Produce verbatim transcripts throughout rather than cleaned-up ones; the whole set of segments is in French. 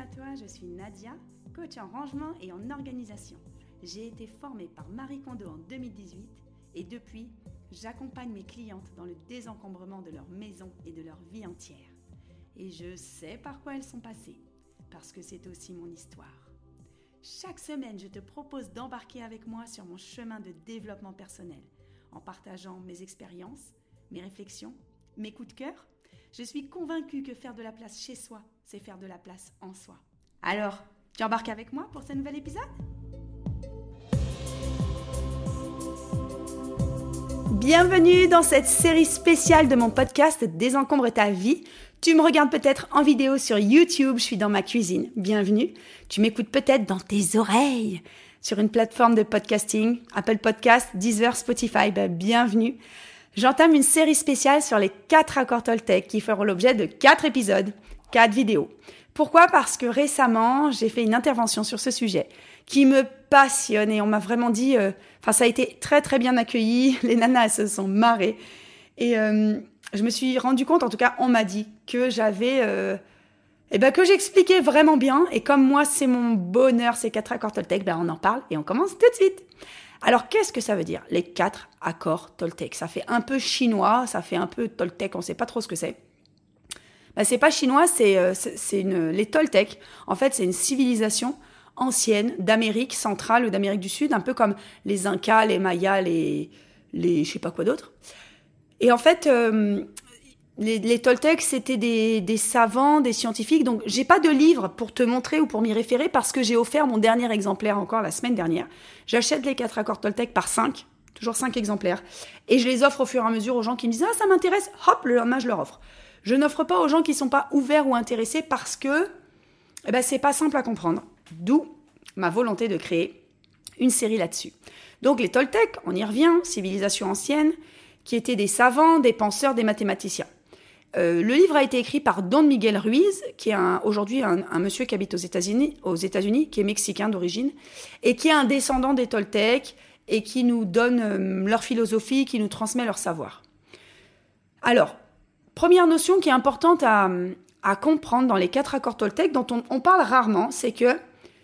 à toi, je suis Nadia, coach en rangement et en organisation. J'ai été formée par Marie Kondo en deux mille dix-huit et depuis, j'accompagne mes clientes dans le désencombrement de leur maison et de leur vie entière. Et je sais par quoi elles sont passées, parce que c'est aussi mon histoire. Chaque semaine, je te propose d'embarquer avec moi sur mon chemin de développement personnel, en partageant mes expériences, mes réflexions, mes coups de cœur. Je suis convaincue que faire de la place chez soi, c'est faire de la place en soi. Alors, tu embarques avec moi pour ce nouvel épisode ? Bienvenue dans cette série spéciale de mon podcast Désencombre ta vie. Tu me regardes peut-être en vidéo sur YouTube, je suis dans ma cuisine. Bienvenue. Tu m'écoutes peut-être dans tes oreilles, sur une plateforme de podcasting, Apple Podcasts, Deezer, Spotify. Ben, bienvenue. J'entame une série spéciale sur les quatre accords Toltec qui feront l'objet de quatre épisodes, quatre vidéos. Pourquoi ? Parce que récemment, j'ai fait une intervention sur ce sujet qui me passionne et on m'a vraiment dit... Euh, enfin, ça a été très très bien accueilli. Les nanas, elles se sont marrées. Et euh, je me suis rendu compte, en tout cas, on m'a dit que j'avais... Euh, eh ben, que j'expliquais vraiment bien. Et comme moi, c'est mon bonheur, ces quatre accords Toltec, ben, on en parle et on commence tout de suite. Alors, qu'est-ce que ça veut dire, les quatre accords Toltec ? Ça fait un peu chinois, ça fait un peu Toltec, on ne sait pas trop ce que c'est. Ben, c'est pas chinois, c'est, euh, c'est, c'est une, les Toltec. En fait, c'est une civilisation ancienne d'Amérique centrale ou d'Amérique du Sud, un peu comme les Incas, les Mayas, les, les je sais pas quoi d'autre. Et en fait, euh, les, les Toltecs, c'était des, des savants, des scientifiques. Donc, j'ai pas de livre pour te montrer ou pour m'y référer parce que j'ai offert mon dernier exemplaire encore la semaine dernière. J'achète les quatre accords Toltec par cinq, toujours cinq exemplaires. Et je les offre au fur et à mesure aux gens qui me disent « Ah, ça m'intéresse !» Hop, le lendemain, je leur offre. Je n'offre pas aux gens qui sont pas ouverts ou intéressés parce que eh ben, c'est pas simple à comprendre. D'où ma volonté de créer une série là-dessus. Donc, les Toltecs, on y revient, civilisation ancienne, qui étaient des savants, des penseurs, des mathématiciens. Euh, le livre a été écrit par Don Miguel Ruiz, qui est un, aujourd'hui un, un monsieur qui habite aux États-Unis, aux États-Unis, qui est mexicain d'origine, et qui est un descendant des Toltecs, et qui nous donne euh, leur philosophie, qui nous transmet leur savoir. Alors, première notion qui est importante à, à comprendre dans les quatre accords Toltecs, dont on, on parle rarement, c'est que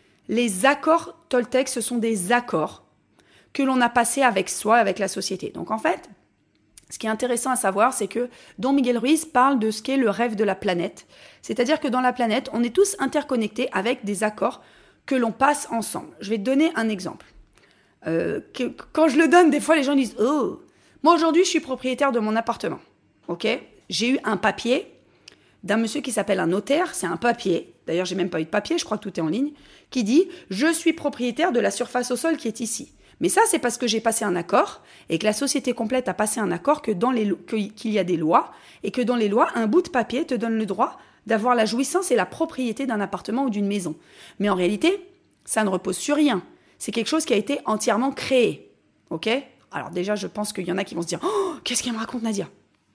les accords Toltecs, ce sont des accords que l'on a passés avec soi, avec la société. Donc en fait, ce qui est intéressant à savoir, c'est que Don Miguel Ruiz parle de ce qu'est le rêve de la planète. C'est-à-dire que dans la planète, on est tous interconnectés avec des accords que l'on passe ensemble. Je vais te donner un exemple. Euh, que, quand je le donne, des fois, les gens disent « Oh, moi aujourd'hui, je suis propriétaire de mon appartement. Ok ? J'ai eu un papier d'un monsieur qui s'appelle un notaire, c'est un papier, d'ailleurs j'ai même pas eu de papier, je crois que tout est en ligne, qui dit « Je suis propriétaire de la surface au sol qui est ici ». Mais ça, c'est parce que j'ai passé un accord et que la société complète a passé un accord que dans les, que, qu'il y a des lois et que dans les lois, un bout de papier te donne le droit d'avoir la jouissance et la propriété d'un appartement ou d'une maison. Mais en réalité, ça ne repose sur rien. C'est quelque chose qui a été entièrement créé. Ok ? Alors déjà, je pense qu'il y en a qui vont se dire « Oh, qu'est-ce qu'elle me raconte, Nadia ?»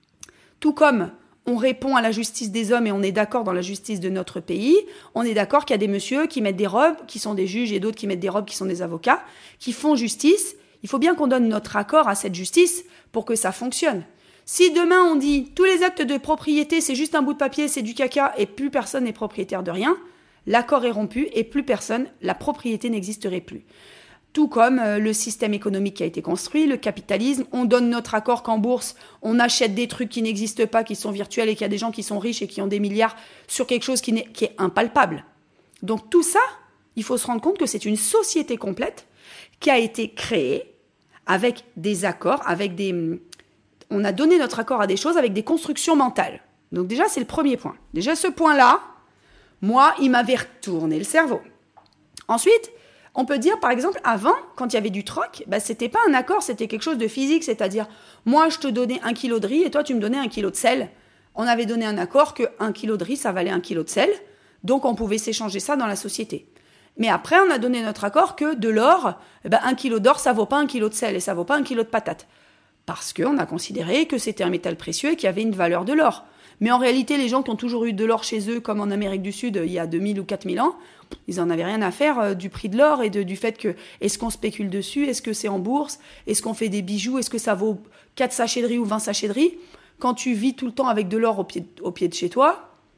Tout comme on répond à la justice des hommes et on est d'accord dans la justice de notre pays, on est d'accord qu'il y a des messieurs qui mettent des robes, qui sont des juges, et d'autres qui mettent des robes, qui sont des avocats, qui font justice. Il faut bien qu'on donne notre accord à cette justice pour que ça fonctionne. Si demain on dit tous les actes de propriété, c'est juste un bout de papier, c'est du caca, et plus personne n'est propriétaire de rien, l'accord est rompu et plus personne, la propriété n'existerait plus. Tout comme euh, le système économique qui a été construit, le capitalisme, on donne notre accord qu'en bourse, on achète des trucs qui n'existent pas, qui sont virtuels et qu'il y a des gens qui sont riches et qui ont des milliards sur quelque chose qui, n'est, qui est impalpable. Donc tout ça, il faut se rendre compte que c'est une société complète qui a été créée avec des accords, avec des... On a donné notre accord à des choses avec des constructions mentales. Donc déjà, c'est le premier point. Déjà, ce point-là, moi, il m'avait retourné le cerveau. Ensuite, on peut dire, par exemple, avant, quand il y avait du troc, bah, c'était pas un accord, c'était quelque chose de physique, c'est-à-dire, moi, je te donnais un kilo de riz et toi, tu me donnais un kilo de sel. On avait donné un accord que un kilo de riz, ça valait un kilo de sel, donc on pouvait s'échanger ça dans la société. Mais après, on a donné notre accord que de l'or, eh ben, un kilo d'or, ça vaut pas un kilo de sel et ça vaut pas un kilo de patates. Parce qu'on a considéré que c'était un métal précieux et qu'il y avait une valeur de l'or. Mais en réalité, les gens qui ont toujours eu de l'or chez eux, comme en Amérique du Sud, il y a deux mille ou quatre mille ans, ils en avaient rien à faire euh, du prix de l'or et de, du fait que, est-ce qu'on spécule dessus, est-ce que c'est en bourse, est-ce qu'on fait des bijoux, est-ce que ça vaut quatre sachets de riz ou vingt sachets de riz ? Quand tu vis tout le temps avec de l'or au pied, au pied de chez toi,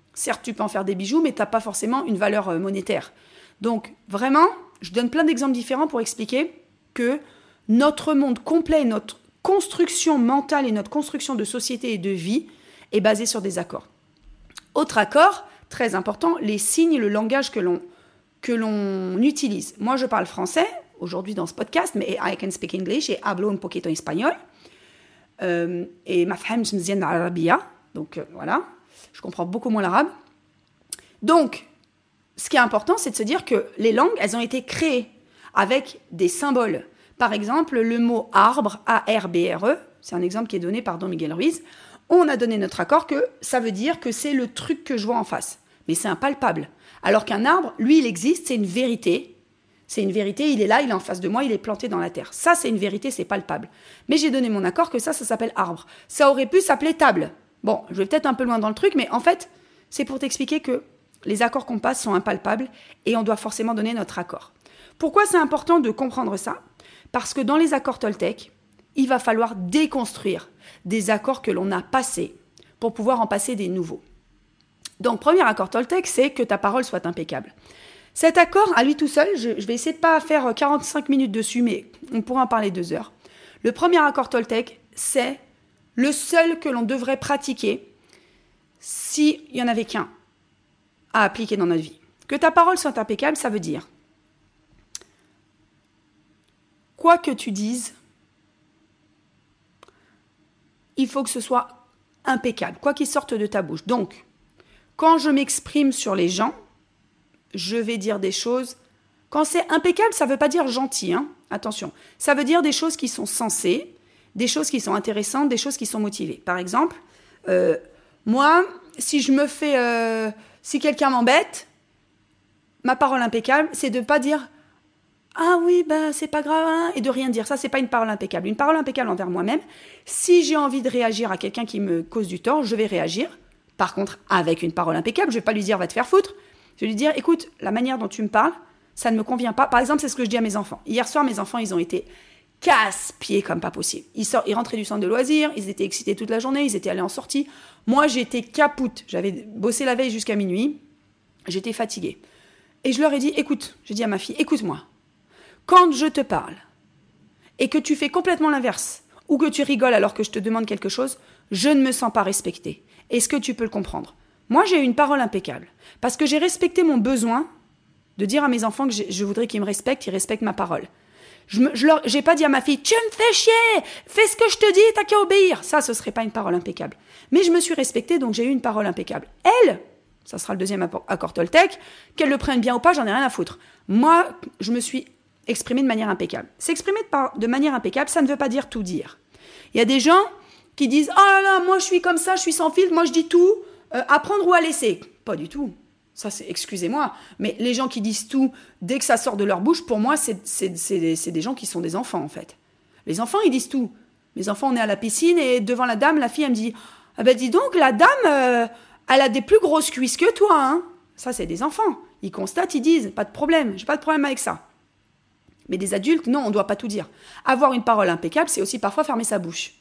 Certes, tu peux en faire des bijoux, mais tu n'as pas forcément une valeur monétaire. Donc, vraiment, je donne plein d'exemples différents pour expliquer que notre monde complet, notre construction mentale et notre construction de société et de vie est basée sur des accords. Autre accord, très important, les signes et le langage que l'on, que l'on utilise. Moi, je parle français aujourd'hui dans ce podcast, mais I can speak English et hablo un poquito espagnol. Euh, et ma femme, je me dis l'arabia. Donc, euh, voilà, je comprends beaucoup moins l'arabe. Donc, ce qui est important, c'est de se dire que les langues, elles ont été créées avec des symboles. Par exemple, le mot arbre, A R B R E, c'est un exemple qui est donné par Don Miguel Ruiz. On a donné notre accord que ça veut dire que c'est le truc que je vois en face. Mais c'est impalpable. Alors qu'un arbre, lui, il existe, c'est une vérité. C'est une vérité, il est là, il est en face de moi, il est planté dans la terre. Ça, c'est une vérité, c'est palpable. Mais j'ai donné mon accord que ça, ça s'appelle arbre. Ça aurait pu s'appeler table. Bon, je vais peut-être un peu loin dans le truc, mais en fait, c'est pour t'expliquer que les accords qu'on passe sont impalpables et on doit forcément donner notre accord. Pourquoi c'est important de comprendre ça ? Parce que dans les accords Toltec, il va falloir déconstruire des accords que l'on a passés pour pouvoir en passer des nouveaux. Donc, premier accord Toltec, c'est que ta parole soit impeccable. Cet accord, à lui tout seul, je, je vais essayer de ne pas faire quarante-cinq minutes dessus, mais on pourra en parler deux heures. Le premier accord Toltec, c'est le seul que l'on devrait pratiquer s'il n'y en avait qu'un à appliquer dans notre vie. Que ta parole soit impeccable, ça veut dire quoi que tu dises, il faut que ce soit impeccable, quoi qu'il sorte de ta bouche. Donc, quand je m'exprime sur les gens, je vais dire des choses. Quand c'est impeccable, ça ne veut pas dire gentil, hein. Attention. Ça veut dire des choses qui sont sensées, des choses qui sont intéressantes, des choses qui sont motivées. Par exemple, euh, moi, si je me fais... Euh, si quelqu'un m'embête, ma parole impeccable, c'est de ne pas dire « Ah oui, ben c'est pas grave, hein », et de rien dire. Ça, c'est pas une parole impeccable. Une parole impeccable envers moi-même. Si j'ai envie de réagir à quelqu'un qui me cause du tort, je vais réagir. Par contre, avec une parole impeccable, je vais pas lui dire « Va te faire foutre ». Je vais lui dire « Écoute, la manière dont tu me parles, ça ne me convient pas. » Par exemple, c'est ce que je dis à mes enfants. Hier soir, mes enfants, ils ont été casse-pieds comme pas possible. Ils, sort, ils rentraient du centre de loisirs, ils étaient excités toute la journée, ils étaient allés en sortie. Moi, j'étais capoute. J'avais bossé la veille jusqu'à minuit. J'étais fatiguée. Et je leur ai dit, écoute, j'ai dit à ma fille, écoute-moi. Quand je te parle et que tu fais complètement l'inverse ou que tu rigoles alors que je te demande quelque chose, je ne me sens pas respectée. Est-ce que tu peux le comprendre ? Moi, j'ai eu une parole impeccable parce que j'ai respecté mon besoin de dire à mes enfants que je voudrais qu'ils me respectent, qu'ils respectent ma parole. Je me, je leur, j'ai pas dit à ma fille, tu me fais chier, fais ce que je te dis, t'as qu'à obéir. Ça, ce serait pas une parole impeccable. Mais je me suis respectée, donc j'ai eu une parole impeccable. Elle, ça sera le deuxième accord Toltec, qu'elle le prenne bien ou pas, j'en ai rien à foutre. Moi, je me suis exprimée de manière impeccable. S'exprimer de, de manière impeccable, ça ne veut pas dire tout dire. Il y a des gens qui disent, oh là là, moi je suis comme ça, je suis sans filtre, moi je dis tout, euh, à prendre ou à laisser. Pas du tout. Ça, c'est, excusez-moi, mais les gens qui disent tout dès que ça sort de leur bouche, pour moi, c'est, c'est, c'est, c'est des gens qui sont des enfants, en fait. Les enfants, ils disent tout. Les enfants, on est à la piscine et devant la dame, la fille, elle me dit « Ah ben dis donc, la dame, euh, elle a des plus grosses cuisses que toi, hein ?» Ça, c'est des enfants. Ils constatent, ils disent « Pas de problème, j'ai pas de problème avec ça. » Mais des adultes, non, on ne doit pas tout dire. Avoir une parole impeccable, c'est aussi parfois fermer sa bouche.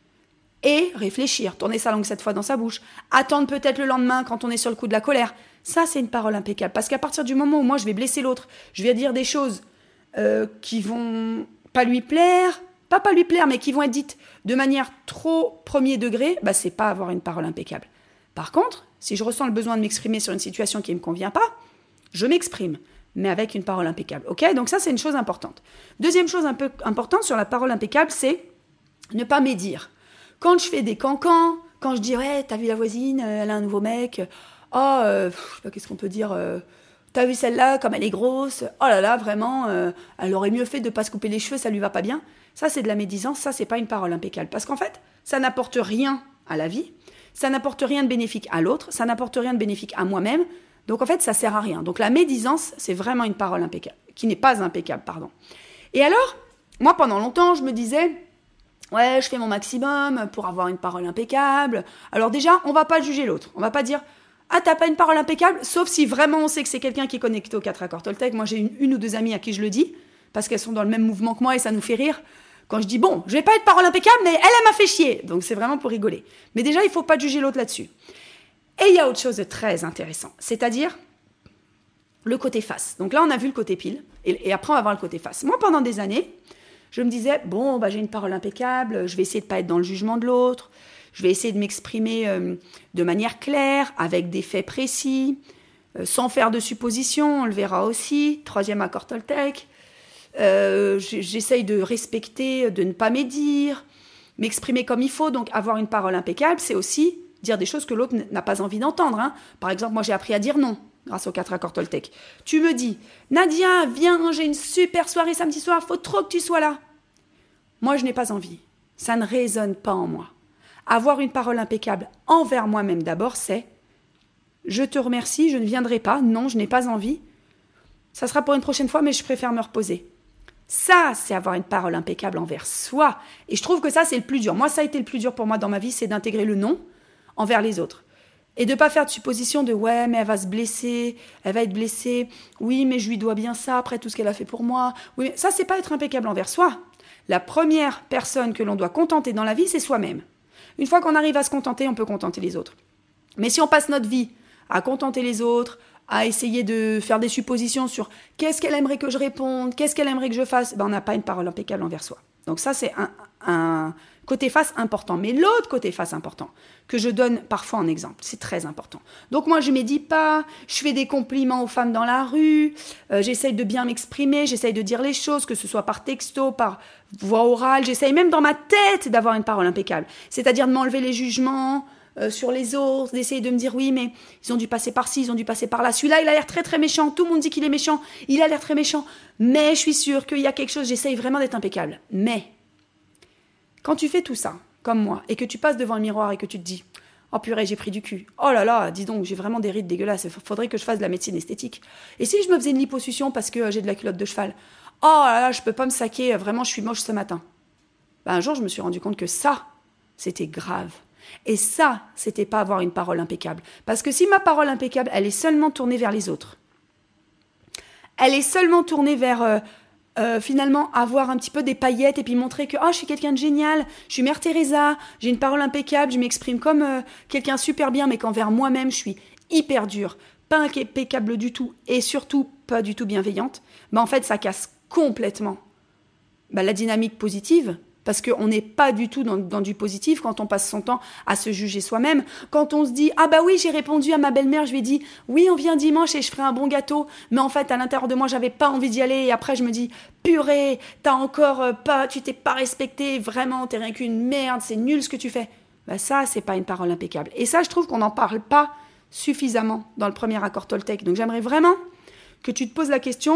Et réfléchir, tourner sa langue cette fois dans sa bouche. Attendre peut-être le lendemain quand on est sur le coup de la colère. Ça, c'est une parole impeccable. Parce qu'à partir du moment où moi, je vais blesser l'autre, je vais dire des choses euh, qui vont pas lui plaire, pas pas lui plaire, mais qui vont être dites de manière trop premier degré, bah, c'est pas avoir une parole impeccable. Par contre, si je ressens le besoin de m'exprimer sur une situation qui ne me convient pas, je m'exprime, mais avec une parole impeccable. Ok ? Donc ça, c'est une chose importante. Deuxième chose un peu importante sur la parole impeccable, c'est ne pas médire. Quand je fais des cancans, quand je dis « Ouais, t'as vu la voisine, elle a un nouveau mec. Oh, euh, je sais pas, qu'est-ce qu'on peut dire euh, t'as vu celle-là, comme elle est grosse. Oh là là, vraiment, euh, elle aurait mieux fait de pas se couper les cheveux, ça lui va pas bien. » Ça, c'est de la médisance, ça, c'est pas une parole impeccable. Parce qu'en fait, ça n'apporte rien à la vie, ça n'apporte rien de bénéfique à l'autre, ça n'apporte rien de bénéfique à moi-même. Donc en fait, ça sert à rien. Donc la médisance, c'est vraiment une parole impeccable, qui n'est pas impeccable, pardon. Et alors, moi, pendant longtemps, je me disais... Ouais, je fais mon maximum pour avoir une parole impeccable. Alors déjà, on va pas juger l'autre. On va pas dire « Ah, t'as pas une parole impeccable ?» Sauf si vraiment on sait que c'est quelqu'un qui est connecté aux quatre accords Toltec. Moi, j'ai une, une ou deux amies à qui je le dis, parce qu'elles sont dans le même mouvement que moi et ça nous fait rire. Quand je dis « Bon, je vais pas être parole impeccable, mais elle, elle m'a fait chier. » Donc c'est vraiment pour rigoler. Mais déjà, il faut pas juger l'autre là-dessus. Et il y a autre chose de très intéressant, c'est-à-dire le côté face. Donc là, on a vu le côté pile, et, et après, on va voir le côté face. Moi, pendant des années, je me disais, bon, bah, j'ai une parole impeccable, je vais essayer de ne pas être dans le jugement de l'autre, je vais essayer de m'exprimer euh, de manière claire, avec des faits précis, euh, sans faire de suppositions, on le verra aussi, troisième accord Toltec. Euh, j'essaye de respecter, de ne pas médire, m'exprimer comme il faut, donc avoir une parole impeccable, c'est aussi dire des choses que l'autre n'a pas envie d'entendre. Hein. Par exemple, moi j'ai appris à dire non, grâce aux quatre accords Toltec. Tu me dis, Nadia, viens, j'ai une super soirée samedi soir, faut trop que tu sois là. Moi je n'ai pas envie, ça ne résonne pas en moi. Avoir une parole impeccable envers moi-même d'abord, c'est je te remercie, je ne viendrai pas, non, je n'ai pas envie. Ça sera pour une prochaine fois, mais je préfère me reposer. Ça, c'est avoir une parole impeccable envers soi. Et je trouve que ça, c'est le plus dur. Moi, ça a été le plus dur pour moi dans ma vie, c'est d'intégrer le non envers les autres. Et de ne pas faire de supposition de « ouais, mais elle va se blesser, elle va être blessée, oui, mais je lui dois bien ça après tout ce qu'elle a fait pour moi. » Oui, ça, c'est pas être impeccable envers soi. La première personne que l'on doit contenter dans la vie, c'est soi-même. Une fois qu'on arrive à se contenter, on peut contenter les autres. Mais si on passe notre vie à contenter les autres, à essayer de faire des suppositions sur qu'est-ce qu'elle aimerait que je réponde, qu'est-ce qu'elle aimerait que je fasse, ben on n'a pas une parole impeccable envers soi. Donc ça, c'est un, un côté face important. Mais l'autre côté face important, que je donne parfois en exemple, c'est très important. Donc moi, je ne médite pas, je fais des compliments aux femmes dans la rue, euh, j'essaye de bien m'exprimer, j'essaye de dire les choses, que ce soit par texto, par voix orale, j'essaye même dans ma tête d'avoir une parole impeccable. C'est-à-dire de m'enlever les jugements, Euh, sur les autres, d'essayer de me dire oui mais ils ont dû passer par ci, ils ont dû passer par là, celui-là il a l'air très très méchant, tout le monde dit qu'il est méchant, il a l'air très méchant, mais je suis sûre qu'il y a quelque chose, j'essaye vraiment d'être impeccable. Mais quand tu fais tout ça, comme moi, et que tu passes devant le miroir et que tu te dis oh purée j'ai pris du cul, oh là là dis donc j'ai vraiment des rides dégueulasses, il faudrait que je fasse de la médecine esthétique, et si je me faisais une liposuction parce que j'ai de la culotte de cheval, oh là là je peux pas me saquer, vraiment je suis moche ce matin. Ben, un jour je me suis rendu compte que ça c'était grave. Et ça, c'était pas avoir une parole impeccable. Parce que si ma parole impeccable, elle est seulement tournée vers les autres, elle est seulement tournée vers, euh, euh, finalement, avoir un petit peu des paillettes et puis montrer que oh, je suis quelqu'un de génial, je suis Mère Teresa, j'ai une parole impeccable, je m'exprime comme euh, quelqu'un super bien, mais qu'envers moi-même, je suis hyper dure, pas impeccable du tout, et surtout pas du tout bienveillante, ben en fait, ça casse complètement ben, la dynamique positive. Parce qu'on n'est pas du tout dans, dans du positif quand on passe son temps à se juger soi-même. Quand on se dit « Ah bah oui, j'ai répondu à ma belle-mère, je lui ai dit « Oui, on vient dimanche et je ferai un bon gâteau. » Mais en fait, à l'intérieur de moi, j'avais pas envie d'y aller. Et après, je me dis « Purée, t'as encore euh, pas, tu t'es pas respecté. Vraiment, t'es rien qu'une merde. C'est nul ce que tu fais. » Bah ça, c'est pas une parole impeccable. Et ça, je trouve qu'on n'en parle pas suffisamment dans le premier accord Toltec. Donc, j'aimerais vraiment que tu te poses la question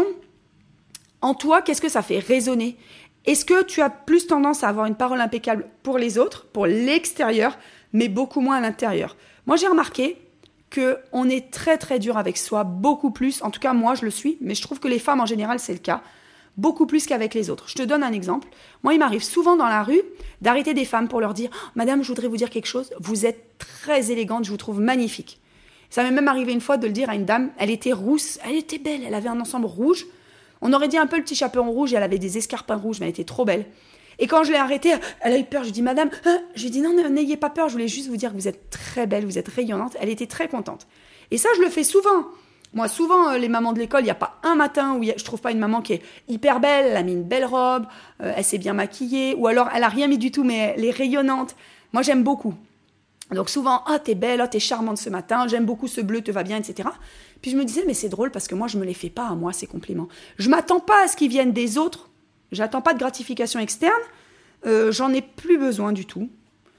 « En toi, qu'est-ce que ça fait résonner ?» Est-ce que tu as plus tendance à avoir une parole impeccable pour les autres, pour l'extérieur, mais beaucoup moins à l'intérieur? Moi, j'ai remarqué qu'on est très très dur avec soi, beaucoup plus, en tout cas moi je le suis, mais je trouve que les femmes en général c'est le cas, beaucoup plus qu'avec les autres. Je te donne un exemple. Moi, il m'arrive souvent dans la rue d'arrêter des femmes pour leur dire oh, « Madame, je voudrais vous dire quelque chose, vous êtes très élégante, je vous trouve magnifique. » Ça m'est même arrivé une fois de le dire à une dame, elle était rousse, elle était belle, elle avait un ensemble rouge. On aurait dit un peu le petit chaperon rouge et elle avait des escarpins rouges, mais elle était trop belle. Et quand je l'ai arrêtée, elle a eu peur. Je lui ai dit, madame, hein? Je lui ai dit, non, n'ayez pas peur, je voulais juste vous dire que vous êtes très belle, vous êtes rayonnante. Elle était très contente. Et ça, je le fais souvent. Moi, souvent, euh, les mamans de l'école, il n'y a pas un matin où y a, je trouve pas une maman qui est hyper belle, elle a mis une belle robe, euh, elle s'est bien maquillée, ou alors elle a rien mis du tout, mais elle est rayonnante. Moi, j'aime beaucoup. Donc souvent, ah, oh, t'es belle, oh, t'es charmante ce matin, j'aime beaucoup ce bleu, te va bien, et cetera. Puis je me disais, mais c'est drôle parce que moi, je me les fais pas à moi, ces compliments. Je m'attends pas à ce qu'ils viennent des autres, j'attends pas de gratification externe, euh, j'en ai plus besoin du tout.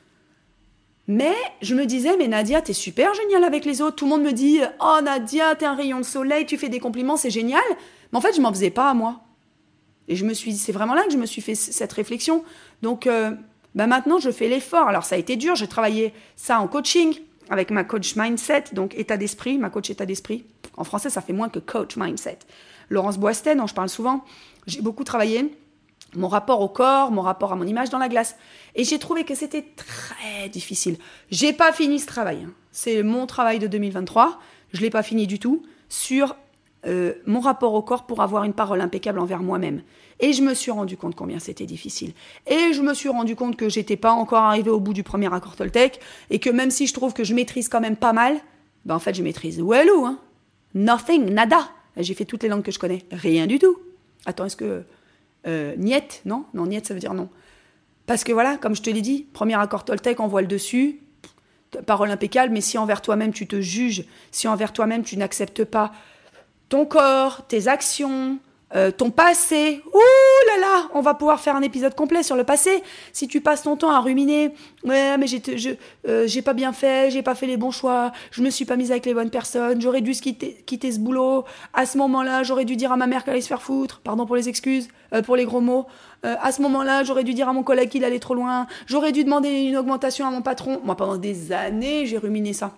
Mais je me disais, mais Nadia, t'es super géniale avec les autres. Tout le monde me dit, oh Nadia, t'es un rayon de soleil, tu fais des compliments, c'est génial. Mais en fait, je m'en faisais pas à moi. Et je me suis, c'est vraiment là que je me suis fait cette réflexion. Donc, euh, ben maintenant, je fais l'effort. Alors, ça a été dur. J'ai travaillé ça en coaching avec ma coach mindset, donc état d'esprit, ma coach état d'esprit. En français, ça fait moins que coach mindset. Laurence Boistet, dont je parle souvent. J'ai beaucoup travaillé mon rapport au corps, mon rapport à mon image dans la glace. Et j'ai trouvé que c'était très difficile. J'ai pas fini ce travail. Hein. C'est mon travail de deux mille vingt-trois. Je l'ai pas fini du tout sur euh, mon rapport au corps pour avoir une parole impeccable envers moi-même. Et je me suis rendu compte combien c'était difficile. Et je me suis rendu compte que j'étais pas encore arrivée au bout du premier accord Toltec et que même si je trouve que je maîtrise quand même pas mal, Ben, en fait, je maîtrise Walou, hein. Nothing, nada. J'ai fait toutes les langues que je connais. Rien du tout. Attends, est-ce que... Euh, niet, non Non, niet, ça veut dire non. Parce que voilà, comme je te l'ai dit, premier accord Toltec, on voit le dessus, parole impeccable, mais si envers toi-même tu te juges, si envers toi-même tu n'acceptes pas ton corps, tes actions, euh, ton passé, ouh là là, on va pouvoir faire un épisode complet sur le passé. Si tu passes ton temps à ruminer, ouais, mais j'ai, je, euh, j'ai pas bien fait, j'ai pas fait les bons choix, je me suis pas mise avec les bonnes personnes, j'aurais dû quitter, quitter ce boulot, à ce moment-là, j'aurais dû dire à ma mère qu'elle allait se faire foutre, pardon pour les excuses, euh, pour les gros mots, euh, à ce moment-là, j'aurais dû dire à mon collègue qu'il allait trop loin, j'aurais dû demander une augmentation à mon patron. Moi, pendant des années, j'ai ruminé ça.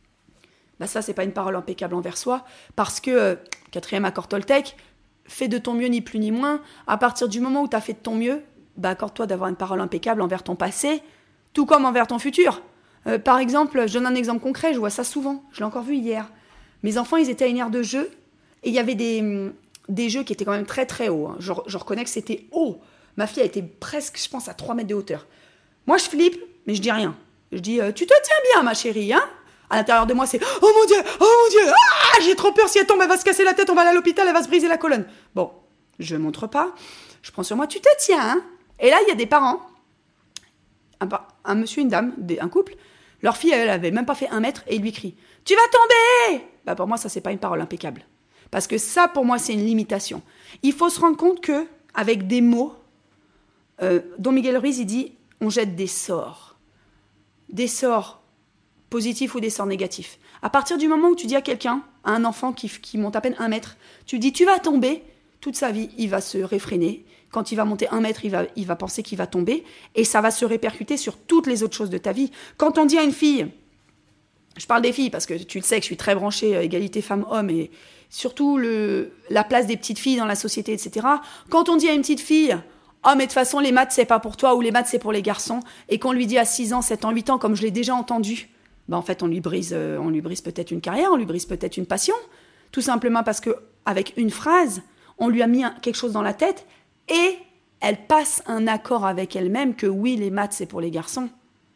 Bah ça, c'est pas une parole impeccable envers soi, parce que, euh, quatrième accord Toltec, fais de ton mieux ni plus ni moins. À partir du moment où tu as fait de ton mieux, bah accorde-toi d'avoir une parole impeccable envers ton passé, tout comme envers ton futur. Euh, par exemple, je donne un exemple concret, je vois ça souvent, je l'ai encore vu hier. Mes enfants, ils étaient à une aire de jeu, et il y avait des, des jeux qui étaient quand même très très hauts. Hein. Je, je reconnais que c'était haut. Ma fille a été presque, je pense, à trois mètres de hauteur. Moi, je flippe, mais je dis rien. Je dis, euh, tu te tiens bien, ma chérie, hein? À l'intérieur de moi, c'est « Oh mon Dieu! Oh mon Dieu! Ah, j'ai trop peur, si elle tombe, elle va se casser la tête, on va aller à l'hôpital, elle va se briser la colonne. » Bon, je ne montre pas. Je prends sur moi « Tu te tiens, hein ?» Et là, il y a des parents, un, un monsieur, une dame, des, un couple, leur fille, elle avait même pas fait un mètre, et il lui crie « Tu vas tomber !» Bah pour moi, ça, c'est pas une parole impeccable. Parce que ça, pour moi, c'est une limitation. Il faut se rendre compte que, avec des mots, euh, Don Miguel Ruiz, il dit « On jette des sorts. » Des sorts positif ou des sorts négatifs. À partir du moment où tu dis à quelqu'un, à un enfant qui, qui monte à peine un mètre, tu dis tu vas tomber, toute sa vie, il va se réfréner. Quand il va monter un mètre, il va, il va penser qu'il va tomber, et ça va se répercuter sur toutes les autres choses de ta vie. Quand on dit à une fille, je parle des filles parce que tu le sais que je suis très branchée euh, égalité femmes-hommes, et surtout le, la place des petites filles dans la société, et cetera. Quand on dit à une petite fille, oh mais de toute façon les maths c'est pas pour toi, ou les maths c'est pour les garçons, et qu'on lui dit à six ans, sept ans, huit ans, comme je l'ai déjà entendu, bah en fait, on lui brise, euh, on lui brise peut-être une carrière, on lui brise peut-être une passion, tout simplement parce que avec une phrase, on lui a mis un, quelque chose dans la tête, et elle passe un accord avec elle-même que oui, les maths, c'est pour les garçons.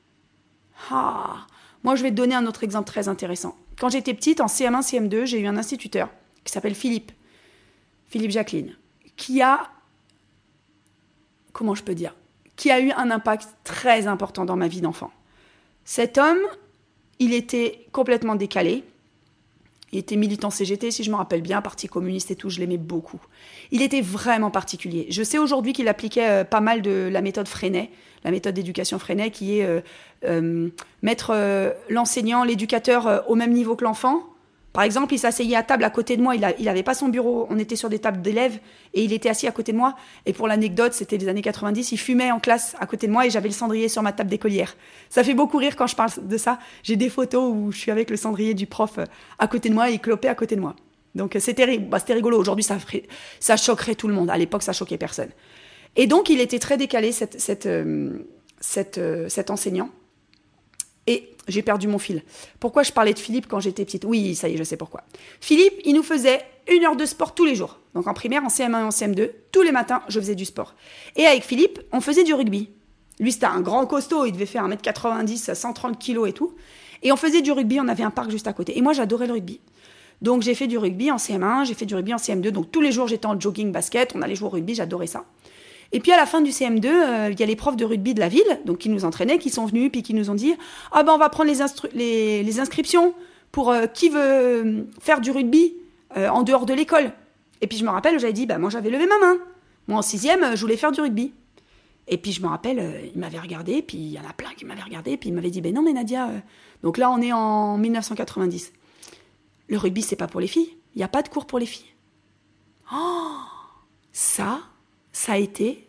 Ah, moi, je vais te donner un autre exemple très intéressant. Quand j'étais petite, en C M un, C M deux, j'ai eu un instituteur qui s'appelle Philippe, Philippe Jacqueline, qui a, comment je peux dire, qui a eu un impact très important dans ma vie d'enfant. Cet homme, il était complètement décalé. Il était militant C G T, si je me rappelle bien, Parti communiste et tout, je l'aimais beaucoup. Il était vraiment particulier. Je sais aujourd'hui qu'il appliquait euh, pas mal de la méthode Freinet, la méthode d'éducation Freinet, qui est euh, euh, mettre euh, l'enseignant, l'éducateur euh, au même niveau que l'enfant. Par exemple, il s'asseyait à table à côté de moi, il n'avait pas son bureau, on était sur des tables d'élèves, et il était assis à côté de moi. Et pour l'anecdote, c'était les années quatre-vingt-dix, il fumait en classe à côté de moi, et j'avais le cendrier sur ma table d'écolière. Ça fait beaucoup rire quand je parle de ça. J'ai des photos où je suis avec le cendrier du prof à côté de moi, et il clopait à côté de moi. Donc c'était, bah, c'était rigolo. Aujourd'hui, ça, ferait, ça choquerait tout le monde. À l'époque, ça choquait personne. Et donc, il était très décalé, cette, cette, euh, cette, euh, cet enseignant. Et j'ai perdu mon fil. Pourquoi je parlais de Philippe quand j'étais petite? Oui, ça y est, je sais pourquoi. Philippe, il nous faisait une heure de sport tous les jours. Donc en primaire, en C M un et en C M deux, tous les matins, je faisais du sport. Et avec Philippe, on faisait du rugby. Lui, c'était un grand costaud, il devait faire un mètre quatre-vingt-dix, cent trente kilos et tout. Et on faisait du rugby, on avait un parc juste à côté. Et moi, j'adorais le rugby. Donc j'ai fait du rugby en C M un, j'ai fait du rugby en C M deux. Donc tous les jours, j'étais en jogging basket, on allait jouer au rugby, j'adorais ça. Et puis à la fin du C M deux, euh, il y a les profs de rugby de la ville, donc qui nous entraînaient, qui sont venus, puis qui nous ont dit « Ah ben on va prendre les, instru- les, les inscriptions pour euh, qui veut euh, faire du rugby euh, en dehors de l'école. » Et puis je me rappelle, j'avais dit « Bah moi j'avais levé ma main. Moi en sixième, je voulais faire du rugby. » Et puis je me rappelle, euh, il m'avait regardé, puis il y en a plein qui m'avaient regardé, puis il m'avait dit « Ben non mais Nadia, euh... donc là on est en dix-neuf cent quatre-vingt-dix. Le rugby c'est pas pour les filles, il n'y a pas de cours pour les filles. » Oh, ça, ça a été...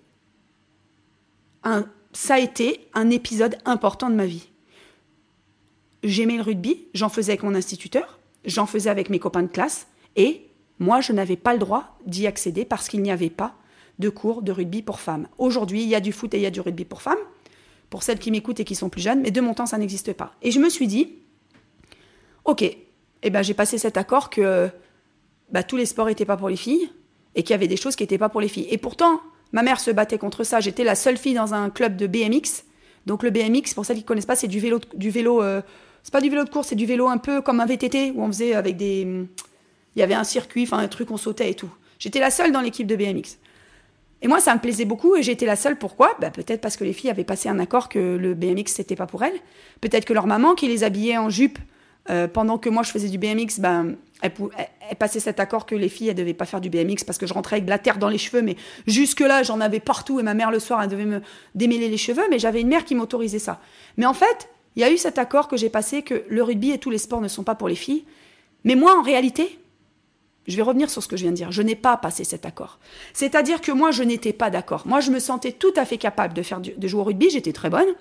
Un, ça a été un épisode important de ma vie. J'aimais le rugby, j'en faisais avec mon instituteur, j'en faisais avec mes copains de classe, et moi, je n'avais pas le droit d'y accéder parce qu'il n'y avait pas de cours de rugby pour femmes. Aujourd'hui, il y a du foot et il y a du rugby pour femmes, pour celles qui m'écoutent et qui sont plus jeunes, mais de mon temps, ça n'existe pas. Et je me suis dit, ok, eh ben, j'ai passé cet accord que bah, tous les sports n'étaient pas pour les filles, et qu'il y avait des choses qui n'étaient pas pour les filles. Et pourtant... Ma mère se battait contre ça. J'étais la seule fille dans un club de B M X. Donc le B M X, pour celles qui ne connaissent pas, c'est du vélo, du vélo euh, C'est pas du vélo de course, c'est du vélo un peu comme un V T T, où on faisait avec des... Il y avait un circuit, enfin un truc, on sautait et tout. J'étais la seule dans l'équipe de B M X. Et moi, ça me plaisait beaucoup et j'étais la seule. Pourquoi ? Bah, peut-être parce que les filles avaient passé un accord que le B M X, c'était pas pour elles. Peut-être que leur maman, qui les habillait en jupe, euh, pendant que moi, je faisais du B M X, bah, elle, elle, elle passait cet accord que les filles, elles devaient pas faire du B M X parce que je rentrais avec de la terre dans les cheveux. Mais jusque-là, j'en avais partout et ma mère, le soir, elle devait me démêler les cheveux. Mais j'avais une mère qui m'autorisait ça. Mais en fait, il y a eu cet accord que j'ai passé que le rugby et tous les sports ne sont pas pour les filles. Mais moi, en réalité... Je vais revenir sur ce que je viens de dire. Je n'ai pas passé cet accord. C'est-à-dire que moi, je n'étais pas d'accord. Moi, je me sentais tout à fait capable de, faire du, de jouer au rugby. J'étais très bonne.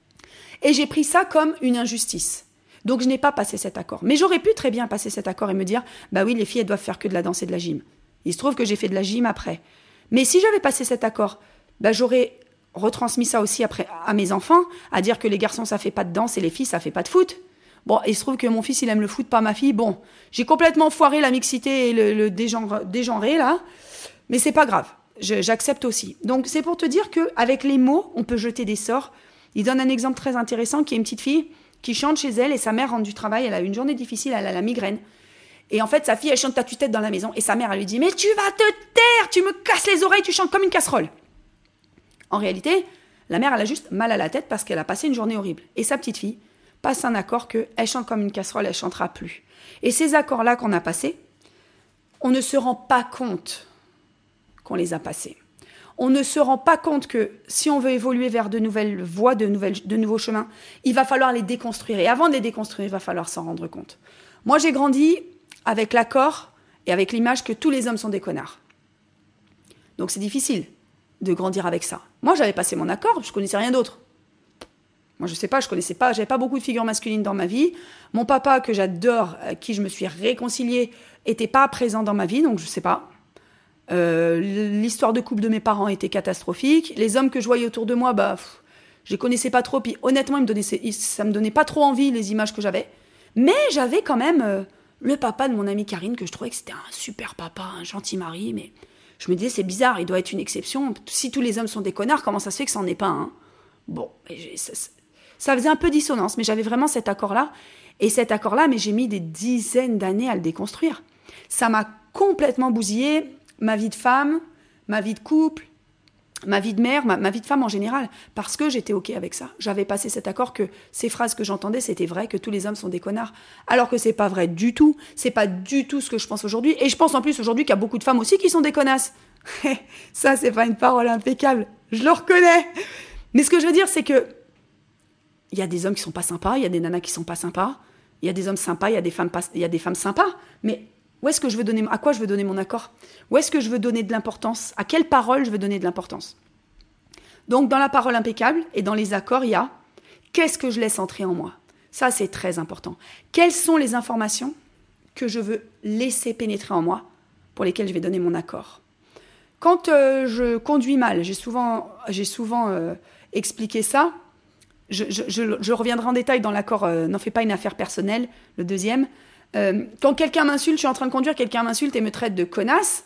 Et j'ai pris ça comme une injustice. Donc, je n'ai pas passé cet accord. Mais j'aurais pu très bien passer cet accord et me dire, bah oui, les filles, elles doivent faire que de la danse et de la gym. Il se trouve que j'ai fait de la gym après. Mais si j'avais passé cet accord, bah, j'aurais retransmis ça aussi après à mes enfants, à dire que les garçons, ça fait pas de danse et les filles, ça fait pas de foot. Bon, il se trouve que mon fils, il aime le foot, pas ma fille. Bon, j'ai complètement foiré la mixité et le, le dégenre, dégenré, là. Mais c'est pas grave. Je, j'accepte aussi. Donc, c'est pour te dire qu'avec les mots, on peut jeter des sorts. Il donne un exemple très intéressant qui est une petite fille qui chante chez elle et sa mère rentre du travail. Elle a eu une journée difficile, elle a la migraine. Et en fait, sa fille, elle chante ta tue-tête dans la maison. Et sa mère, elle lui dit, mais tu vas te taire, tu me casses les oreilles, tu chantes comme une casserole. En réalité, la mère, elle a juste mal à la tête parce qu'elle a passé une journée horrible. Et sa petite fille passe un accord que elle chante comme une casserole, elle chantera plus. Et ces accords-là qu'on a passés, on ne se rend pas compte qu'on les a passés. On ne se rend pas compte que si on veut évoluer vers de nouvelles voies, de, nouvelles, de nouveaux chemins, il va falloir les déconstruire. Et avant de les déconstruire, il va falloir s'en rendre compte. Moi, j'ai grandi avec l'accord et avec l'image que tous les hommes sont des connards. Donc c'est difficile de grandir avec ça. Moi, j'avais passé mon accord, je connaissais rien d'autre. Moi, je sais pas, je connaissais pas, j'avais pas beaucoup de figures masculines dans ma vie. Mon papa, que j'adore, à qui je me suis réconciliée, était pas présent dans ma vie, donc je sais pas. Euh, l'histoire de couple de mes parents était catastrophique. Les hommes que je voyais autour de moi, bah, pff, je les connaissais pas trop. Puis honnêtement, ils me donnaient, ça me donnait pas trop envie, les images que j'avais. Mais j'avais quand même euh, le papa de mon amie Karine, que je trouvais que c'était un super papa, un gentil mari. Mais je me disais, c'est bizarre, il doit être une exception. Si tous les hommes sont des connards, comment ça se fait que ça en est pas un ? Bon, et ça, ça faisait un peu dissonance, mais j'avais vraiment cet accord-là. Et cet accord-là, mais j'ai mis des dizaines d'années à le déconstruire. Ça m'a complètement bousillé ma vie de femme, ma vie de couple, ma vie de mère, ma, ma vie de femme en général, parce que j'étais OK avec ça. J'avais passé cet accord que ces phrases que j'entendais, c'était vrai, que tous les hommes sont des connards. Alors que c'est pas vrai du tout. C'est pas du tout ce que je pense aujourd'hui. Et je pense en plus aujourd'hui qu'il y a beaucoup de femmes aussi qui sont des connasses. Ça, c'est pas une parole impeccable. Je le reconnais. Mais ce que je veux dire, c'est que il y a des hommes qui sont pas sympas, il y a des nanas qui sont pas sympas, il y a des hommes sympas, il y a des femmes pas, il y a des femmes sympas. Mais où est-ce que je veux donner, à quoi je veux donner mon accord ? Où est-ce que je veux donner de l'importance ? À quelle parole je veux donner de l'importance ? Donc, dans la parole impeccable et dans les accords, il y a qu'est-ce que je laisse entrer en moi ? Ça, c'est très important. Quelles sont les informations que je veux laisser pénétrer en moi pour lesquelles je vais donner mon accord ? Quand euh, je conduis mal, j'ai souvent, j'ai souvent euh, expliqué ça. Je, je, je, je reviendrai en détail dans l'accord euh, « N'en fais pas une affaire personnelle », le deuxième. Euh, quand quelqu'un m'insulte, je suis en train de conduire, quelqu'un m'insulte et me traite de connasse,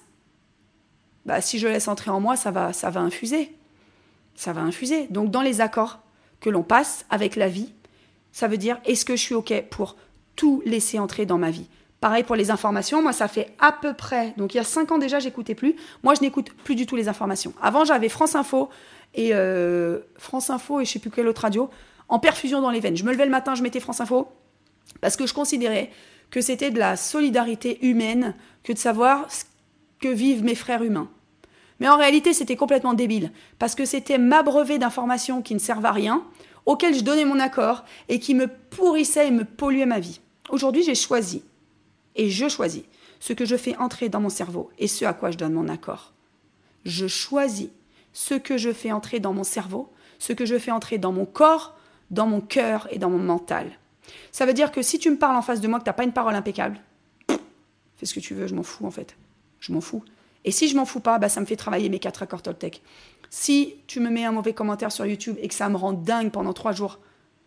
bah, si je laisse entrer en moi, ça va, ça va infuser. Ça va infuser. Donc, dans les accords que l'on passe avec la vie, ça veut dire, est-ce que je suis OK pour tout laisser entrer dans ma vie ? Pareil pour les informations, moi, ça fait à peu près, donc il y a cinq ans déjà, j'écoutais plus. Moi, je n'écoute plus du tout les informations. Avant, j'avais France Info et euh, France Info et je sais plus quelle autre radio, en perfusion dans les veines. Je me levais le matin, je mettais France Info, parce que je considérais que c'était de la solidarité humaine que de savoir ce que vivent mes frères humains. Mais en réalité, c'était complètement débile, parce que c'était m'abreuver d'informations qui ne servent à rien, auxquelles je donnais mon accord, et qui me pourrissaient et me polluaient ma vie. Aujourd'hui, j'ai choisi, et je choisis, ce que je fais entrer dans mon cerveau, et ce à quoi je donne mon accord. Je choisis ce que je fais entrer dans mon cerveau, ce que je fais entrer dans mon corps, dans mon cœur et dans mon mental. Ça veut dire que si tu me parles en face de moi, que tu n'as pas une parole impeccable, fais ce que tu veux, je m'en fous en fait. Je m'en fous. Et si je m'en fous pas, bah, ça me fait travailler mes quatre accords Toltec. Si tu me mets un mauvais commentaire sur YouTube et que ça me rend dingue pendant trois jours,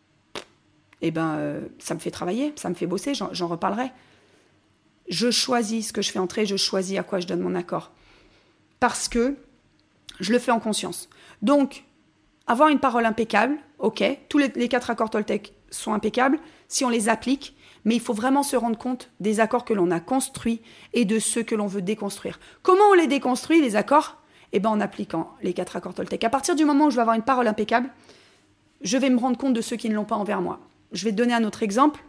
eh ben, euh, ça me fait travailler, ça me fait bosser, j'en, j'en reparlerai. Je choisis ce que je fais entrer, je choisis à quoi je donne mon accord. Parce que je le fais en conscience. Donc, avoir une parole impeccable, ok, tous les, les quatre accords Toltec, sont impeccables si on les applique, mais il faut vraiment se rendre compte des accords que l'on a construits et de ceux que l'on veut déconstruire. Comment on les déconstruit, les accords ? Eh bien, en appliquant les quatre accords Toltec. À partir du moment où je vais avoir une parole impeccable, je vais me rendre compte de ceux qui ne l'ont pas envers moi. Je vais te donner un autre exemple.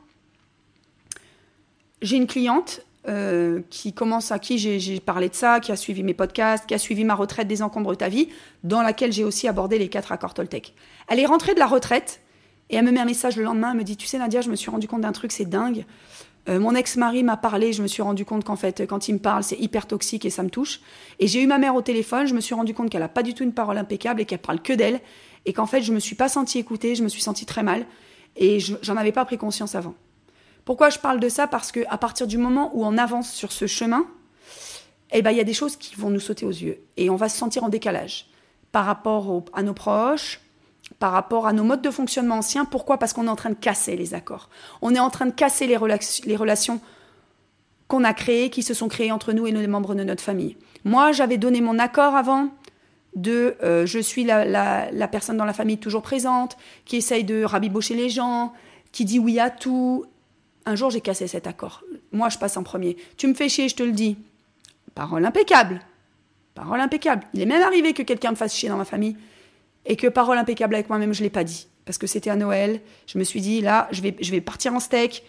J'ai une cliente euh, qui commence à qui j'ai, j'ai parlé de ça, qui a suivi mes podcasts, qui a suivi ma retraite Désencombre ta vie, dans laquelle j'ai aussi abordé les quatre accords Toltec. Elle est rentrée de la retraite et elle me met un message le lendemain. Elle me dit « Tu sais Nadia, je me suis rendu compte d'un truc, c'est dingue. Euh, mon ex-mari m'a parlé, je me suis rendu compte qu'en fait, quand il me parle, c'est hyper toxique et ça me touche. Et j'ai eu ma mère au téléphone, je me suis rendu compte qu'elle n'a pas du tout une parole impeccable et qu'elle parle que d'elle. Et qu'en fait, je ne me suis pas sentie écoutée, je me suis sentie très mal. Et je, j'en avais pas pris conscience avant. » Pourquoi je parle de ça ? Parce qu'à partir du moment où on avance sur ce chemin, eh ben, il y a des choses qui vont nous sauter aux yeux. Et on va se sentir en décalage par rapport au, à nos proches, par rapport à nos modes de fonctionnement anciens. Pourquoi ? Parce qu'on est en train de casser les accords. On est en train de casser les, rela- les relations qu'on a créées, qui se sont créées entre nous et les membres de notre famille. Moi, j'avais donné mon accord avant de euh, je suis la, la, la personne dans la famille toujours présente, qui essaye de rabibocher les gens, qui dit oui à tout. Un jour, j'ai cassé cet accord. Moi, je passe en premier. Tu me fais chier, je te le dis. Parole impeccable. Parole impeccable. Il est même arrivé que quelqu'un me fasse chier dans ma famille et que parole impeccable avec moi-même, je ne l'ai pas dit. Parce que c'était à Noël. Je me suis dit, là, je vais, je vais partir en steak.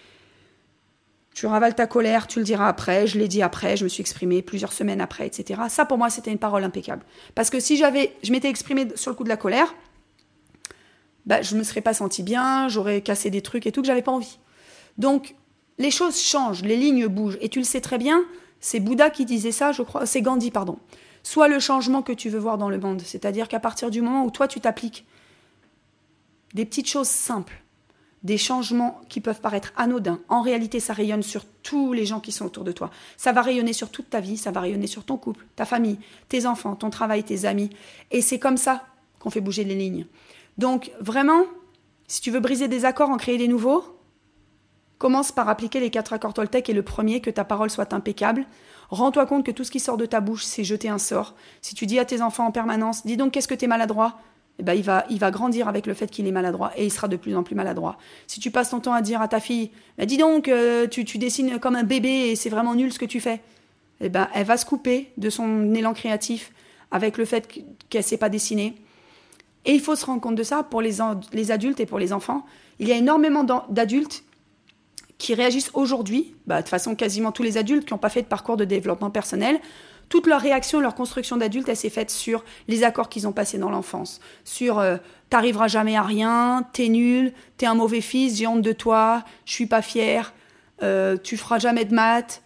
Tu ravales ta colère, tu le diras après. Je l'ai dit après, je me suis exprimée plusieurs semaines après, et cetera. Ça, pour moi, c'était une parole impeccable. Parce que si j'avais, je m'étais exprimée sur le coup de la colère, bah, je ne me serais pas sentie bien, j'aurais cassé des trucs et tout que je n'avais pas envie. Donc, les choses changent, les lignes bougent. Et tu le sais très bien, c'est Bouddha qui disait ça, je crois, c'est Gandhi, pardon. Sois le changement que tu veux voir dans le monde. C'est-à-dire qu'à partir du moment où toi, tu t'appliques des petites choses simples, des changements qui peuvent paraître anodins, en réalité, ça rayonne sur tous les gens qui sont autour de toi. Ça va rayonner sur toute ta vie, ça va rayonner sur ton couple, ta famille, tes enfants, ton travail, tes amis. Et c'est comme ça qu'on fait bouger les lignes. Donc, vraiment, si tu veux briser des accords, en créer des nouveaux, commence par appliquer les quatre accords Toltec et le premier, que ta parole soit impeccable. Rends-toi compte que tout ce qui sort de ta bouche, c'est jeter un sort. Si tu dis à tes enfants en permanence, dis donc qu'est-ce que t'es maladroit, eh ben, il va, il va grandir avec le fait qu'il est maladroit et il sera de plus en plus maladroit. Si tu passes ton temps à dire à ta fille, bah, dis donc, euh, tu, tu dessines comme un bébé et c'est vraiment nul ce que tu fais, eh ben, elle va se couper de son élan créatif avec le fait qu'elle ne sait pas dessiner. Et il faut se rendre compte de ça pour les, les adultes et pour les enfants. Il y a énormément d'adultes qui réagissent aujourd'hui, bah, de toute façon quasiment tous les adultes qui n'ont pas fait de parcours de développement personnel, toute leur réaction, leur construction d'adulte, elle s'est faite sur les accords qu'ils ont passés dans l'enfance, sur euh, « t'arriveras jamais à rien, t'es nul, t'es un mauvais fils, j'ai honte de toi, je suis pas fière, euh, tu feras jamais de maths,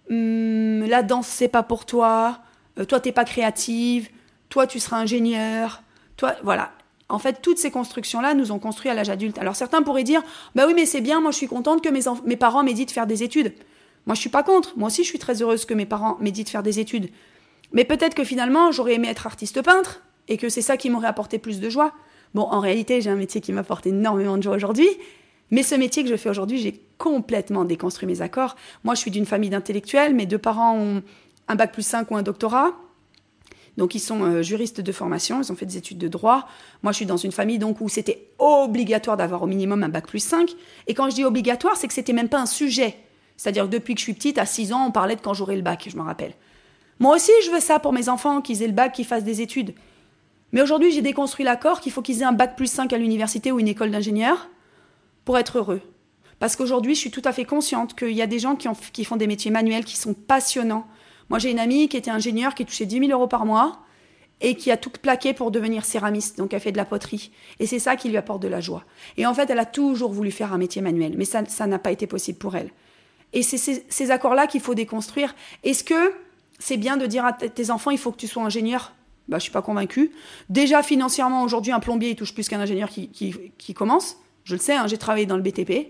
hum, la danse c'est pas pour toi, euh, toi t'es pas créative, toi tu seras ingénieur, toi voilà ». En fait, toutes ces constructions-là nous ont construits à l'âge adulte. Alors certains pourraient dire « Bah oui, mais c'est bien, moi je suis contente que mes, enf- mes parents m'aient dit de faire des études. » Moi je suis pas contre, moi aussi je suis très heureuse que mes parents m'aient dit de faire des études. Mais peut-être que finalement j'aurais aimé être artiste peintre et que c'est ça qui m'aurait apporté plus de joie. Bon, en réalité, j'ai un métier qui m'apporte énormément de joie aujourd'hui, mais ce métier que je fais aujourd'hui, j'ai complètement déconstruit mes accords. Moi je suis d'une famille d'intellectuels, mes deux parents ont un bac plus cinq ou un doctorat. Donc, ils sont euh, juristes de formation, ils ont fait des études de droit. Moi, je suis dans une famille donc, où c'était obligatoire d'avoir au minimum un bac plus cinq. Et quand je dis obligatoire, c'est que c'était même pas un sujet. C'est-à-dire que depuis que je suis petite, à six ans, on parlait de quand j'aurai le bac, je me rappelle. Moi aussi, je veux ça pour mes enfants, qu'ils aient le bac, qu'ils fassent des études. Mais aujourd'hui, j'ai déconstruit l'accord qu'il faut qu'ils aient un bac plus cinq à l'université ou une école d'ingénieur pour être heureux. Parce qu'aujourd'hui, je suis tout à fait consciente qu'il y a des gens qui, ont, qui font des métiers manuels qui sont passionnants. Moi, j'ai une amie qui était ingénieure, qui touchait dix mille euros par mois et qui a tout plaqué pour devenir céramiste. Donc, elle fait de la poterie. Et c'est ça qui lui apporte de la joie. Et en fait, elle a toujours voulu faire un métier manuel. Mais ça, ça n'a pas été possible pour elle. Et c'est ces, ces accords-là qu'il faut déconstruire. Est-ce que c'est bien de dire à t- tes enfants, il faut que tu sois ingénieur ? Bah, je suis pas convaincue. Déjà, financièrement, aujourd'hui, un plombier, il touche plus qu'un ingénieur qui, qui, qui commence. Je le sais, hein, j'ai travaillé dans le B T P.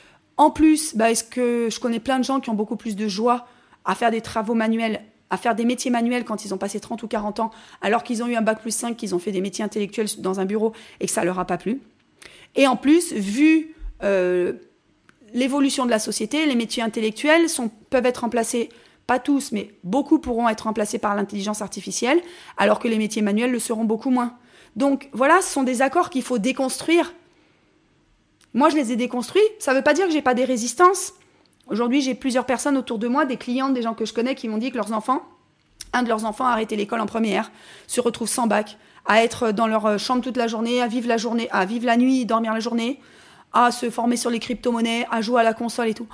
En plus, bah, est-ce que je connais plein de gens qui ont beaucoup plus de joie à faire des travaux manuels, à faire des métiers manuels quand ils ont passé trente ou quarante ans, alors qu'ils ont eu un bac plus cinq, qu'ils ont fait des métiers intellectuels dans un bureau et que ça leur a pas plu. Et en plus, vu euh, l'évolution de la société, les métiers intellectuels sont, peuvent être remplacés, pas tous, mais beaucoup pourront être remplacés par l'intelligence artificielle, alors que les métiers manuels le seront beaucoup moins. Donc voilà, ce sont des accords qu'il faut déconstruire Moi, je les ai déconstruits. Ça ne veut pas dire que j'ai pas des résistances. Aujourd'hui, j'ai plusieurs personnes autour de moi, des clientes, des gens que je connais qui m'ont dit que leurs enfants, un de leurs enfants a arrêté l'école en première, se retrouve sans bac, à être dans leur chambre toute la journée, à vivre la journée, à vivre la nuit, dormir la journée, à se former sur les crypto-monnaies, à jouer à la console et tout.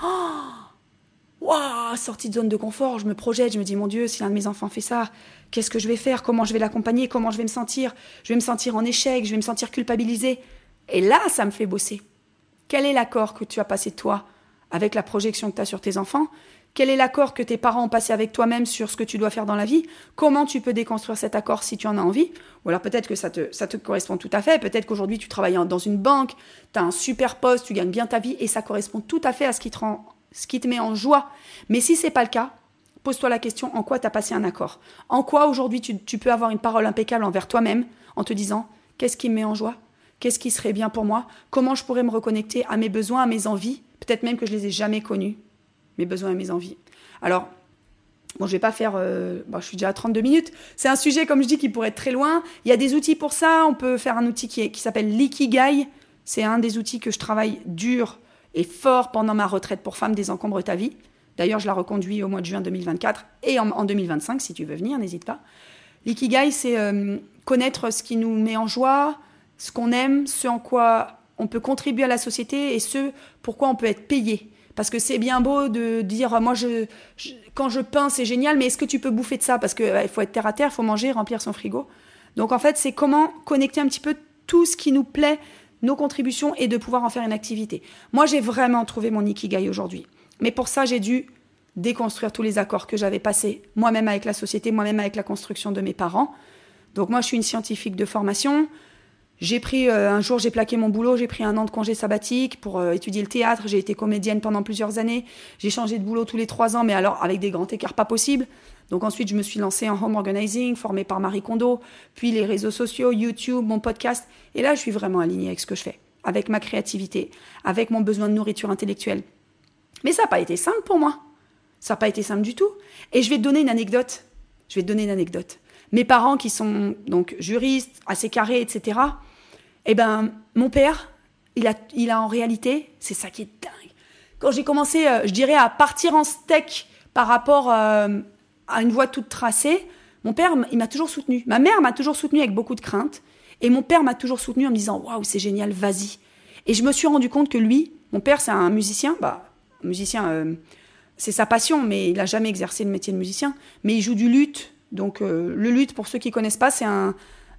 Oh, waouh, sortie de zone de confort, je me projette, je me dis, mon Dieu, si l'un de mes enfants fait ça, qu'est-ce que je vais faire? Comment je vais l'accompagner? Comment je vais me sentir? Je vais me sentir en échec, je vais me sentir culpabilisée. Et là, ça me fait bosser. Quel est l'accord que tu as passé toi avec la projection que tu as sur tes enfants? Quel est l'accord que tes parents ont passé avec toi-même sur ce que tu dois faire dans la vie? Comment tu peux déconstruire cet accord si tu en as envie? Ou alors peut-être que ça te, ça te correspond tout à fait. Peut-être qu'aujourd'hui, tu travailles dans une banque, tu as un super poste, tu gagnes bien ta vie et ça correspond tout à fait à ce qui te, rend, ce qui te met en joie. Mais si ce n'est pas le cas, pose-toi la question, en quoi tu as passé un accord? En quoi aujourd'hui tu, tu peux avoir une parole impeccable envers toi-même en te disant, qu'est-ce qui me met en joie? Qu'est-ce qui serait bien pour moi? Comment je pourrais me reconnecter à mes besoins, à mes envies? Peut-être même que je ne les ai jamais connus. Mes besoins et mes envies. Alors, bon, je vais pas faire... Euh, bon, je suis déjà à trente-deux minutes. C'est un sujet, comme je dis, qui pourrait être très loin. Il y a des outils pour ça. On peut faire un outil qui, est, qui s'appelle l'Ikigai. C'est un des outils que je travaille dur et fort pendant ma retraite pour femmes Désencombre ta vie. D'ailleurs, je la reconduis au mois de juin deux mille vingt-quatre et en, en deux mille vingt-cinq, si tu veux venir, n'hésite pas. L'Ikigai, c'est euh, connaître ce qui nous met en joie, ce qu'on aime, ce en quoi on peut contribuer à la société et ce pourquoi on peut être payé. Parce que c'est bien beau de dire, moi, je, je, quand je peins, c'est génial, mais est-ce que tu peux bouffer de ça? Parce qu'il ouais, faut être terre à terre, il faut manger, remplir son frigo. Donc, en fait, c'est comment connecter un petit peu tout ce qui nous plaît, nos contributions, et de pouvoir en faire une activité. Moi, j'ai vraiment trouvé mon Ikigai aujourd'hui. Mais pour ça, j'ai dû déconstruire tous les accords que j'avais passés, moi-même avec la société, moi-même avec la construction de mes parents. Donc, moi, je suis une scientifique de formation. J'ai pris, euh, un jour, j'ai plaqué mon boulot, j'ai pris un an de congé sabbatique pour euh, étudier le théâtre. J'ai été comédienne pendant plusieurs années. J'ai changé de boulot tous les trois ans, mais alors avec des grands écarts pas possibles. Donc ensuite, je me suis lancée en home organizing, formée par Marie Kondo, puis les réseaux sociaux, YouTube, mon podcast. Et là, je suis vraiment alignée avec ce que je fais, avec ma créativité, avec mon besoin de nourriture intellectuelle. Mais ça n'a pas été simple pour moi. Ça n'a pas été simple du tout. Et je vais te donner une anecdote. Je vais te donner une anecdote. Mes parents qui sont donc juristes, assez carrés, et cetera, eh ben, mon père, il a, il a en réalité, c'est ça qui est dingue. Quand j'ai commencé, euh, je dirais, à partir en steak par rapport euh, à une voie toute tracée, mon père, il m'a toujours soutenue. Ma mère m'a toujours soutenue avec beaucoup de crainte. Et mon père m'a toujours soutenue en me disant « Waouh, c'est génial, vas-y ». Et je me suis rendu compte que lui, mon père, c'est un musicien. Bah, un musicien, euh, c'est sa passion, mais il n'a jamais exercé le métier de musicien. Mais il joue du luth. Donc, euh, le luth, pour ceux qui ne connaissent pas, c'est un...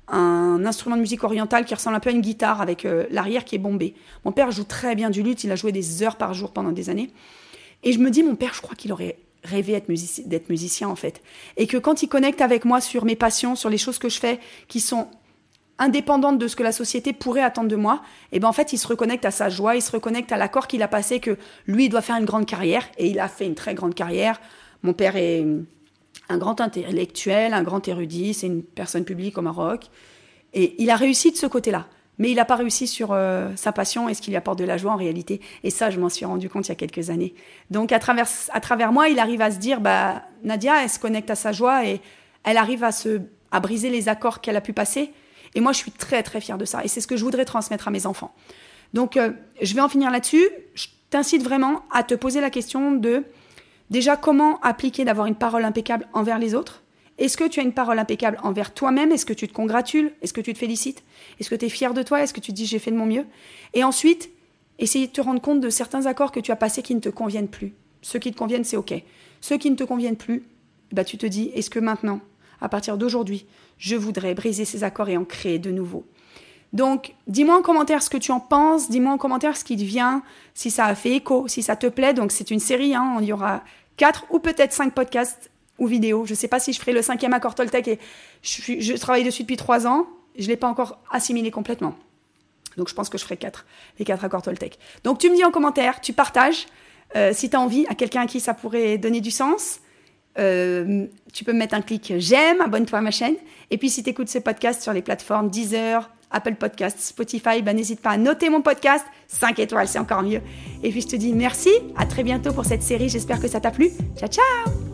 un instrument de musique orientale qui ressemble un peu à une guitare avec euh, l'arrière qui est bombé. Mon père joue très bien du luth, il a joué des heures par jour pendant des années. Et je me dis, mon père, je crois qu'il aurait rêvé d'être musicien, d'être musicien en fait. Et que quand il connecte avec moi sur mes passions, sur les choses que je fais, qui sont indépendantes de ce que la société pourrait attendre de moi, et ben en fait, il se reconnecte à sa joie, il se reconnecte à l'accord qu'il a passé que lui, il doit faire une grande carrière. Et il a fait une très grande carrière. Mon père est un grand intellectuel, un grand érudit, c'est une personne publique au Maroc. Et il a réussi de ce côté-là. Mais il n'a pas réussi sur euh, sa passion et ce qui lui apporte de la joie en réalité. Et ça, je m'en suis rendu compte il y a quelques années. Donc, à travers, à travers moi, il arrive à se dire, bah, Nadia, elle se connecte à sa joie et elle arrive à, se, à briser les accords qu'elle a pu passer. Et moi, je suis très, très fière de ça. Et c'est ce que je voudrais transmettre à mes enfants. Donc, euh, je vais en finir là-dessus. Je t'incite vraiment à te poser la question de... Déjà, comment appliquer d'avoir une parole impeccable envers les autres? Est-ce que tu as une parole impeccable envers toi-même? Est-ce que tu te congratules? Est-ce que tu te félicites? Est-ce que tu es fier de toi? Est-ce que tu te dis j'ai fait de mon mieux? Et ensuite, essayer de te rendre compte de certains accords que tu as passés qui ne te conviennent plus. Ceux qui te conviennent, c'est OK. Ceux qui ne te conviennent plus, bah, tu te dis, est-ce que maintenant, à partir d'aujourd'hui, je voudrais briser ces accords et en créer de nouveaux? Donc, dis-moi en commentaire ce que tu en penses, dis-moi en commentaire ce qui te vient, si ça a fait écho, si ça te plaît. Donc, c'est une série, hein, il y aura quatre ou peut-être cinq podcasts ou vidéos. Je ne sais pas si je ferai le cinquième accord Toltec. Et je, je travaille dessus depuis trois ans, je ne l'ai pas encore assimilé complètement. Donc, je pense que je ferai quatre, les quatre accords Toltec. Donc, tu me dis en commentaire, tu partages, euh, si tu as envie, à quelqu'un à qui ça pourrait donner du sens. Euh, tu peux me mettre un clic j'aime, abonne-toi à ma chaîne. Et puis, si tu écoutes ce podcast sur les plateformes Deezer, Apple Podcasts, Spotify, ben n'hésite pas à noter mon podcast, cinq étoiles, c'est encore mieux. Et puis je te dis merci, à très bientôt pour cette série, j'espère que ça t'a plu. Ciao, ciao!